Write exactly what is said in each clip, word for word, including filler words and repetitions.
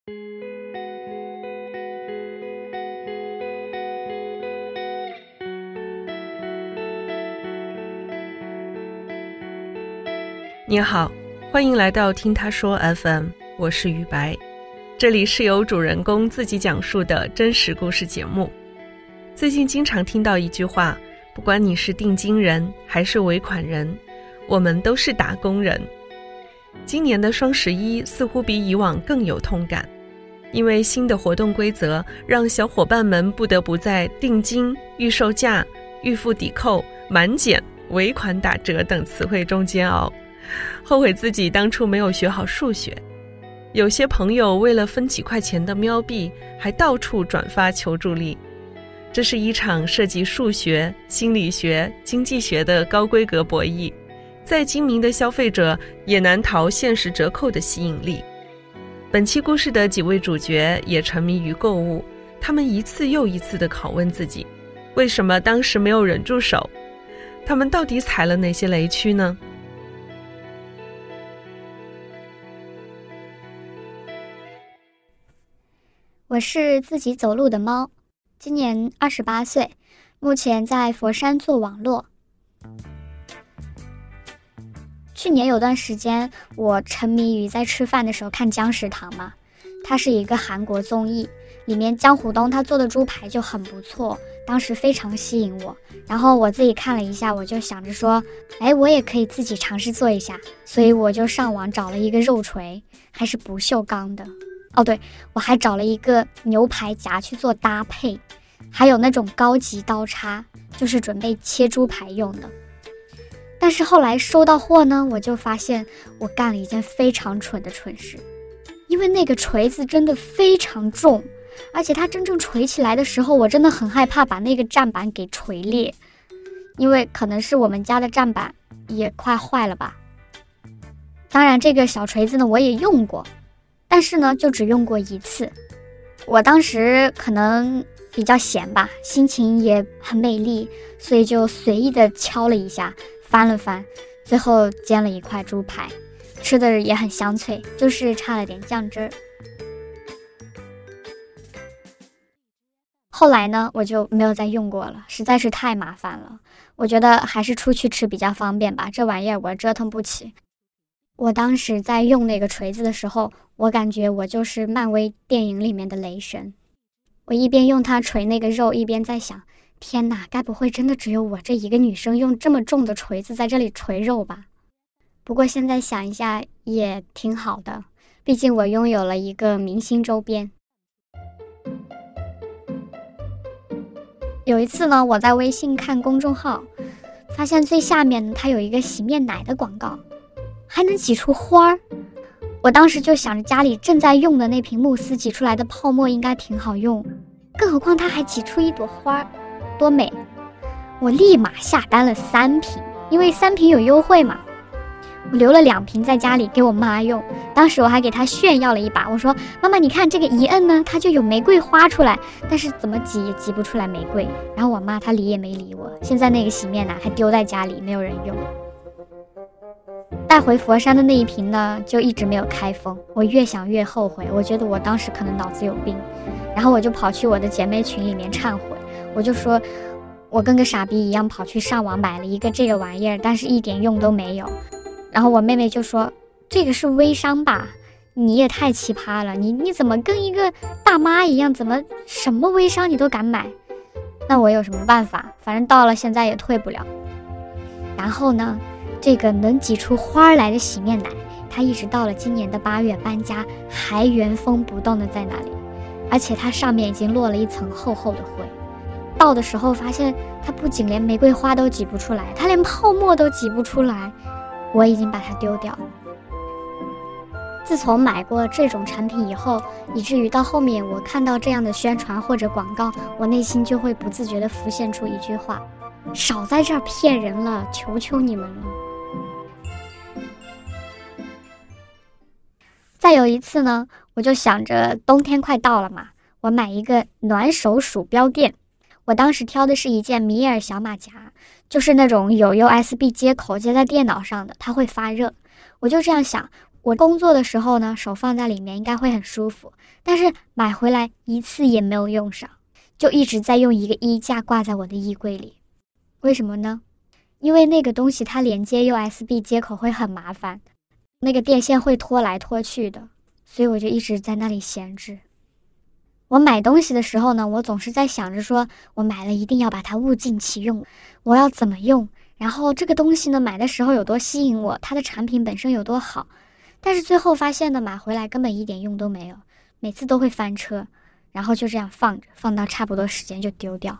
你好，欢迎来到听他说 F M， 我是于白，这里是由主人公自己讲述的真实故事节目。最近经常听到一句话，不管你是定金人还是尾款人，我们都是打工人。今年的双十一似乎比以往更有痛感，因为新的活动规则让小伙伴们不得不在定金、预售价、预付抵扣、满减、尾款打折等词汇中煎熬，后悔自己当初没有学好数学。有些朋友为了分几块钱的喵币，还到处转发求助力。这是一场涉及数学、心理学、经济学的高规格博弈，再精明的消费者也难逃限时折扣的吸引力。本期故事的几位主角也沉迷于购物，他们一次又一次地拷问自己，为什么当时没有忍住手？他们到底踩了哪些雷区呢？ 我是自己走路的猫，今年二十八岁，目前在佛山做网络。去年有段时间，我沉迷于在吃饭的时候看姜食堂嘛，它是一个韩国综艺，里面江虎东他做的猪排就很不错，当时非常吸引我。然后我自己看了一下，我就想着说，哎，我也可以自己尝试做一下，所以我就上网找了一个肉锤，还是不锈钢的。哦对，我还找了一个牛排夹去做搭配，还有那种高级刀叉，就是准备切猪排用的。但是后来收到货呢，我就发现我干了一件非常蠢的蠢事，因为那个锤子真的非常重，而且它真正锤起来的时候，我真的很害怕把那个站板给锤裂，因为可能是我们家的站板也快坏了吧。当然这个小锤子呢我也用过，但是呢就只用过一次。我当时可能比较闲吧，心情也很美丽，所以就随意的敲了一下，翻了翻，最后煎了一块猪排，吃的也很香脆，就是差了点酱汁儿。后来呢我就没有再用过了，实在是太麻烦了，我觉得还是出去吃比较方便吧，这玩意儿我折腾不起。我当时在用那个锤子的时候，我感觉我就是漫威电影里面的雷神。我一边用它锤那个肉，一边在想，天哪，该不会真的只有我这一个女生用这么重的锤子在这里锤肉吧？不过现在想一下也挺好的，毕竟我拥有了一个明星周边。有一次呢，我在微信看公众号，发现最下面呢它有一个洗面奶的广告，还能挤出花儿。我当时就想着家里正在用的那瓶慕斯挤出来的泡沫应该挺好用，更何况它还挤出一朵花，多美。我立马下单了三瓶，因为三瓶有优惠嘛。我留了两瓶在家里给我妈用，当时我还给她炫耀了一把，我说妈妈你看这个一摁呢它就有玫瑰花出来，但是怎么挤也挤不出来玫瑰。然后我妈她理也没理我，现在那个洗面奶还丢在家里没有人用。带回佛山的那一瓶呢就一直没有开封，我越想越后悔，我觉得我当时可能脑子有病。然后我就跑去我的姐妹群里面忏悔，我就说我跟个傻逼一样跑去上网买了一个这个玩意儿，但是一点用都没有。然后我妹妹就说这个是微商吧，你也太奇葩了，你你怎么跟一个大妈一样，怎么什么微商你都敢买？那我有什么办法，反正到了现在也退不了。然后呢这个能挤出花来的洗面奶，它一直到了今年的八月搬家还原封不动的在那里，而且它上面已经落了一层厚厚的灰。倒的时候发现它不仅连玫瑰花都挤不出来，它连泡沫都挤不出来，我已经把它丢掉了。自从买过这种产品以后，以至于到后面我看到这样的宣传或者广告，我内心就会不自觉地浮现出一句话，少在这儿骗人了，求求你们了。再有一次呢，我就想着冬天快到了嘛，我买一个暖手鼠标垫。我当时挑的是一件米尔小马甲，就是那种有 U S B 接口接在电脑上的，它会发热。我就这样想， 我工作的时候呢，手放在里面应该会很舒服，但是买回来一次也没有用上，就一直在用一个衣架挂在我的衣柜里。为什么呢？因为那个东西它连接 U S B 接口会很麻烦，那个电线会拖来拖去的，所以我就一直在那里闲置。我买东西的时候呢，我总是在想着说，我买了一定要把它物尽其用，我要怎么用，然后这个东西呢买的时候有多吸引我，它的产品本身有多好。但是最后发现呢，买回来根本一点用都没有，每次都会翻车，然后就这样放着，放到差不多时间就丢掉。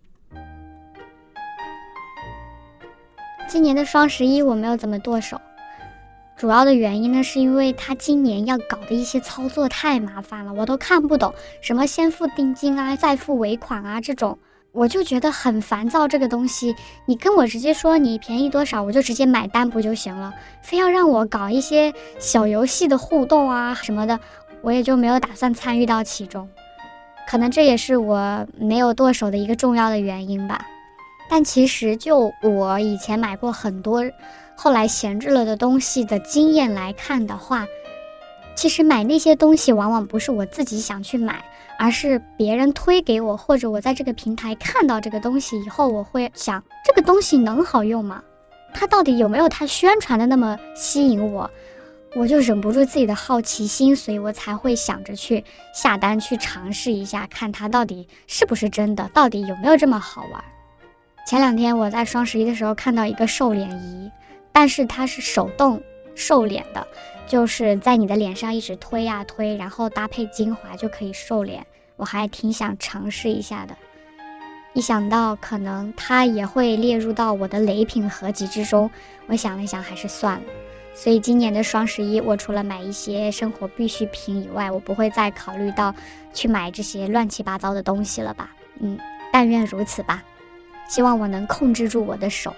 今年的双十一我没有怎么剁手，主要的原因呢，是因为他今年要搞的一些操作太麻烦了，我都看不懂，什么先付定金啊，再付尾款啊，这种我就觉得很烦躁。这个东西你跟我直接说你便宜多少，我就直接买单不就行了，非要让我搞一些小游戏的互动啊什么的，我也就没有打算参与到其中。可能这也是我没有剁手的一个重要的原因吧。但其实就我以前买过很多后来闲置了的东西的经验来看的话，其实买那些东西往往不是我自己想去买，而是别人推给我，或者我在这个平台看到这个东西以后，我会想这个东西能好用吗？它到底有没有它宣传的那么吸引我？我就忍不住自己的好奇心，所以我才会想着去下单去尝试一下，看它到底是不是真的，到底有没有这么好玩。前两天我在双十一的时候看到一个瘦脸仪，但是它是手动瘦脸的，就是在你的脸上一直推啊推，然后搭配精华就可以瘦脸，我还挺想尝试一下的。一想到可能它也会列入到我的雷品合集之中，我想了想还是算了。所以今年的双十一，我除了买一些生活必需品以外，我不会再考虑到去买这些乱七八糟的东西了吧。嗯，但愿如此吧。希望我能控制住我的手。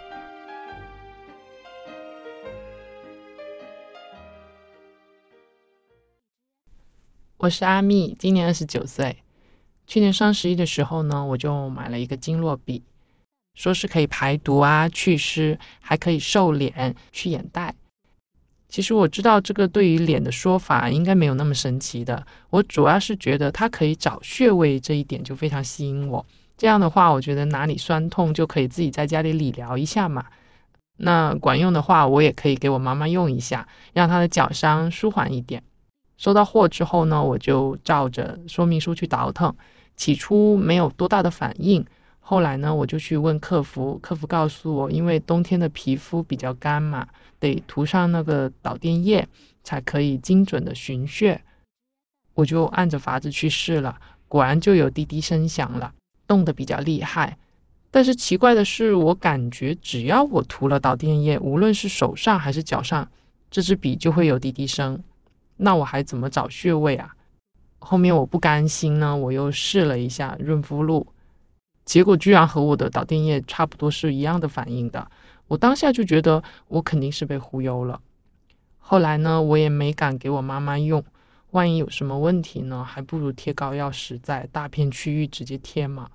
我是阿蜜，今年二十九岁。去年双十一的时候呢，我就买了一个经络笔，说是可以排毒啊、祛湿，还可以瘦脸、去眼袋。其实我知道这个对于脸的说法应该没有那么神奇的，我主要是觉得它可以找穴位，这一点就非常吸引我。这样的话，我觉得哪里酸痛就可以自己在家里理疗一下嘛。那管用的话，我也可以给我妈妈用一下，让她的脚伤舒缓一点。收到货之后呢，我就照着说明书去倒腾，起初没有多大的反应，后来呢，我就去问客服，客服告诉我，因为冬天的皮肤比较干嘛，得涂上那个导电液才可以精准的寻穴。我就按着法子去试了，果然就有滴滴声响了，动得比较厉害。但是奇怪的是，我感觉只要我涂了导电液，无论是手上还是脚上，这支笔就会有滴滴声。那我还怎么找穴位啊？后面我不甘心呢，我又试了一下润肤露，结果居然和我的导电液差不多是一样的反应的。我当下就觉得我肯定是被忽悠了。后来呢，我也没敢给我妈妈用，万一有什么问题呢，还不如贴膏药实在，大片区域直接贴嘛。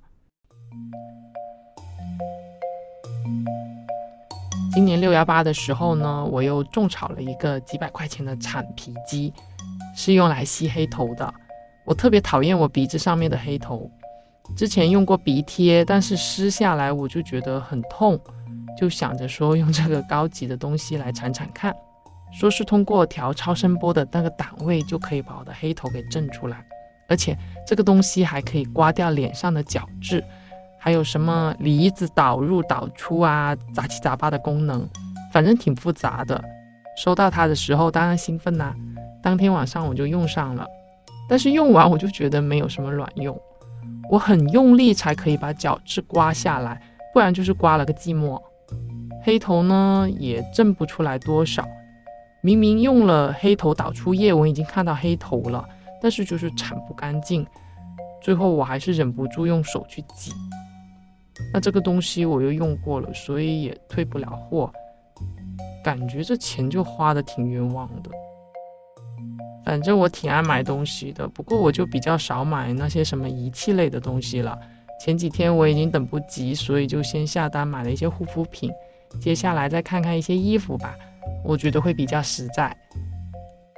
今年六一八的时候呢，我又种草了一个几百块钱的铲皮机，是用来吸黑头的。我特别讨厌我鼻子上面的黑头，之前用过鼻贴，但是撕下来我就觉得很痛，就想着说用这个高级的东西来铲铲看，说是通过调超声波的那个档位就可以把我的黑头给震出来，而且这个东西还可以刮掉脸上的角质，还有什么离子导入导出啊，杂七杂八的功能，反正挺复杂的。收到它的时候当然兴奋啦、啊，当天晚上我就用上了，但是用完我就觉得没有什么卵用，我很用力才可以把角质刮下来，不然就是刮了个寂寞。黑头呢也震不出来多少，明明用了黑头导出液，我已经看到黑头了，但是就是铲不干净，最后我还是忍不住用手去挤。那这个东西我又用过了，所以也退不了货，感觉这钱就花得挺冤枉的。反正我挺爱买东西的，不过我就比较少买那些什么仪器类的东西了。前几天我已经等不及，所以就先下单买了一些护肤品，接下来再看看一些衣服吧，我觉得会比较实在。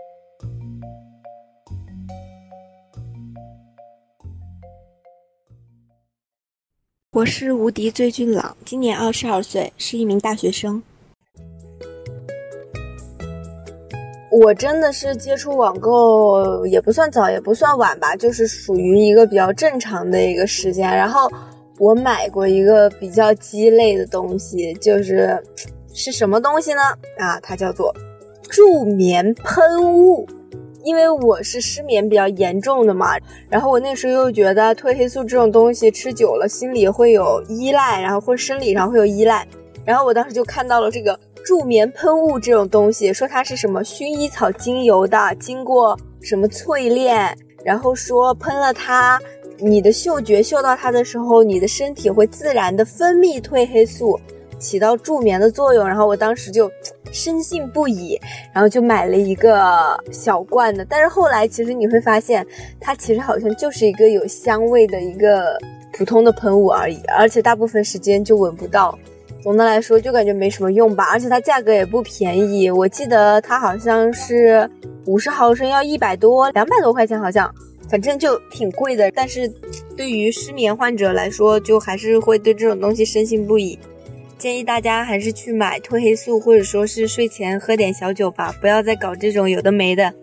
我是无敌醉俊朗，今年二十二岁，是一名大学生。我真的是接触网购也不算早也不算晚吧，就是属于一个比较正常的一个时间。然后我买过一个比较鸡肋的东西，就是是什么东西呢？啊，它叫做助眠喷雾。因为我是失眠比较严重的嘛，然后我那时候又觉得褪黑素这种东西吃久了心里会有依赖，然后或者生理上会有依赖，然后我当时就看到了这个助眠喷雾这种东西，说它是什么薰衣草精油的，经过什么淬炼，然后说喷了它，你的嗅觉嗅到它的时候，你的身体会自然的分泌褪黑素，起到助眠的作用。然后我当时就深信不疑，然后就买了一个小罐的。但是后来其实你会发现，它其实好像就是一个有香味的一个普通的喷雾而已，而且大部分时间就闻不到。总的来说就感觉没什么用吧，而且它价格也不便宜，我记得它好像是五十毫升要一百多两百多块钱好像，反正就挺贵的。但是对于失眠患者来说，就还是会对这种东西深信不疑。建议大家还是去买褪黑素，或者说是睡前喝点小酒吧，不要再搞这种有的没的。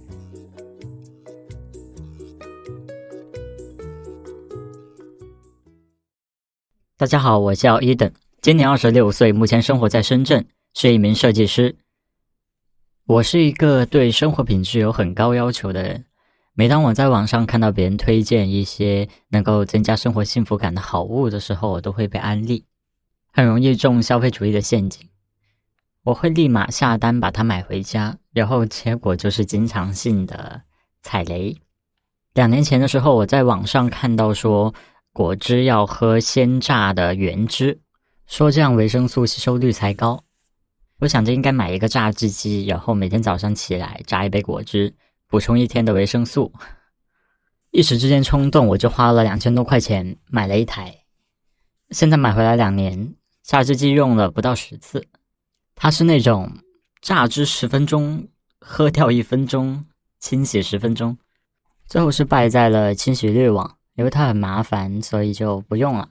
大家好，我叫伊登，今年二十六岁，目前生活在深圳，是一名设计师。我是一个对生活品质有很高要求的人，每当我在网上看到别人推荐一些能够增加生活幸福感的好物的时候，我都会被安利，很容易中消费主义的陷阱。我会立马下单把它买回家，然后结果就是经常性的踩雷。两年前的时候，我在网上看到说果汁要喝鲜榨的原汁，说这样维生素吸收率才高。我想着应该买一个榨汁机，然后每天早上起来榨一杯果汁，补充一天的维生素。一时之间冲动，我就花了两千多块钱买了一台。现在买回来两年，榨汁机用了不到十次。它是那种榨汁十分钟，喝掉一分钟，清洗十分钟。最后是败在了清洗滤网，因为它很麻烦，所以就不用了。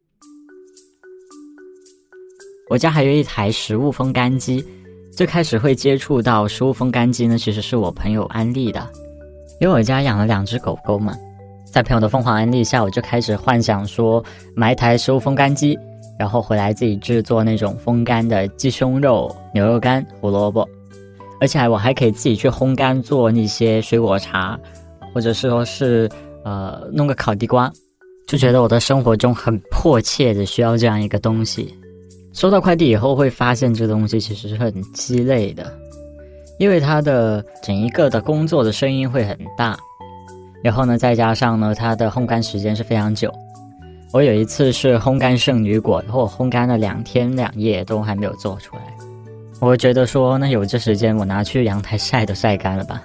我家还有一台食物风干机，最开始会接触到食物风干机呢，其实是我朋友安利的。因为我家养了两只狗狗嘛，在朋友的疯狂安利下，我就开始幻想说买一台食物风干机，然后回来自己制作那种风干的鸡胸肉、牛肉干、胡萝卜，而且我还可以自己去烘干做那些水果茶，或者是说是呃弄个烤地瓜，就觉得我的生活中很迫切的需要这样一个东西。收到快递以后会发现这东西其实是很鸡肋的，因为它的整一个的工作的声音会很大，然后呢再加上呢它的烘干时间是非常久。我有一次是烘干圣女果，然后我烘干了两天两夜都还没有做出来，我觉得说那有这时间我拿去阳台晒都晒干了吧。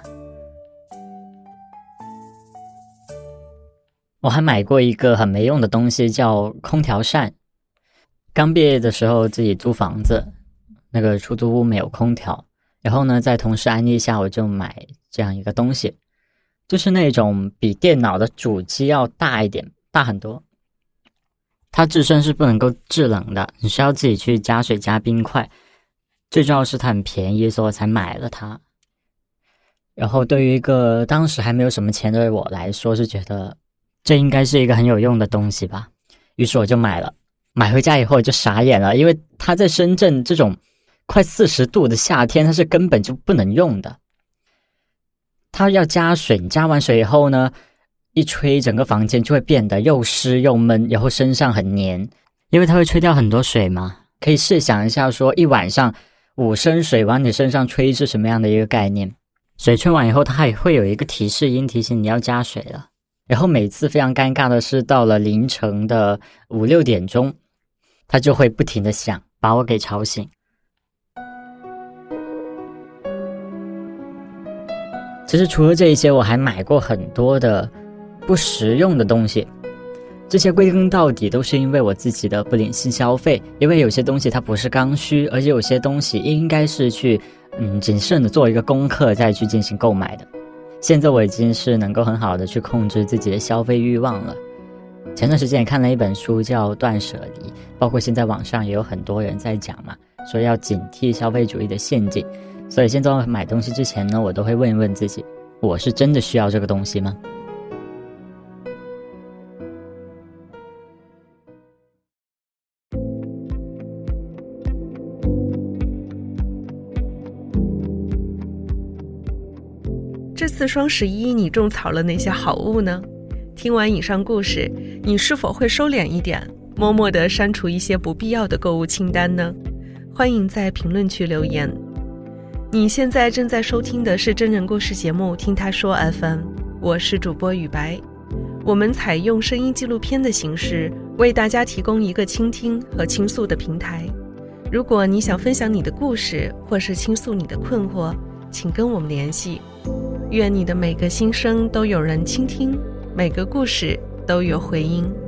我还买过一个很没用的东西叫空调扇。刚毕业的时候自己租房子，那个出租屋没有空调，然后呢在同事安利下我就买这样一个东西，就是那种比电脑的主机要大一点，大很多。它自身是不能够制冷的，你需要自己去加水加冰块，最重要是它很便宜，所以我才买了它。然后对于一个当时还没有什么钱的我来说，是觉得这应该是一个很有用的东西吧，于是我就买了。买回家以后就傻眼了，因为它在深圳这种快四十度的夏天，它是根本就不能用的。它要加水，你加完水以后呢，一吹整个房间就会变得又湿又闷，然后身上很黏，因为它会吹掉很多水嘛。可以试想一下说一晚上五升水往你身上吹是什么样的一个概念。水吹完以后它还会有一个提示音提醒你要加水了。然后每次非常尴尬的是到了凌晨的五六点钟，它就会不停的响，把我给吵醒。其实除了这一些，我还买过很多的不实用的东西，这些归根到底都是因为我自己的不理性消费，因为有些东西它不是刚需，而且有些东西应该是去嗯谨慎的做一个功课再去进行购买的。现在我已经是能够很好的去控制自己的消费欲望了， 前段时间也看了一本书叫《断舍离》，包括现在网上也有很多人在讲嘛，说要警惕消费主义的陷阱。所以现在买东西之前呢，我都会问一问自己，我是真的需要这个东西吗？ 这次双十一你种草了哪些好物呢？听完以上故事，你是否会收敛一点，默默地删除一些不必要的购物清单呢？欢迎在评论区留言。你现在正在收听的是真人故事节目《听他说 F M》， 我是主播雨白。我们采用声音纪录片的形式，为大家提供一个倾听和倾诉的平台。如果你想分享你的故事，或是倾诉你的困惑，请跟我们联系。愿你的每个心声都有人倾听，每个故事都有回音。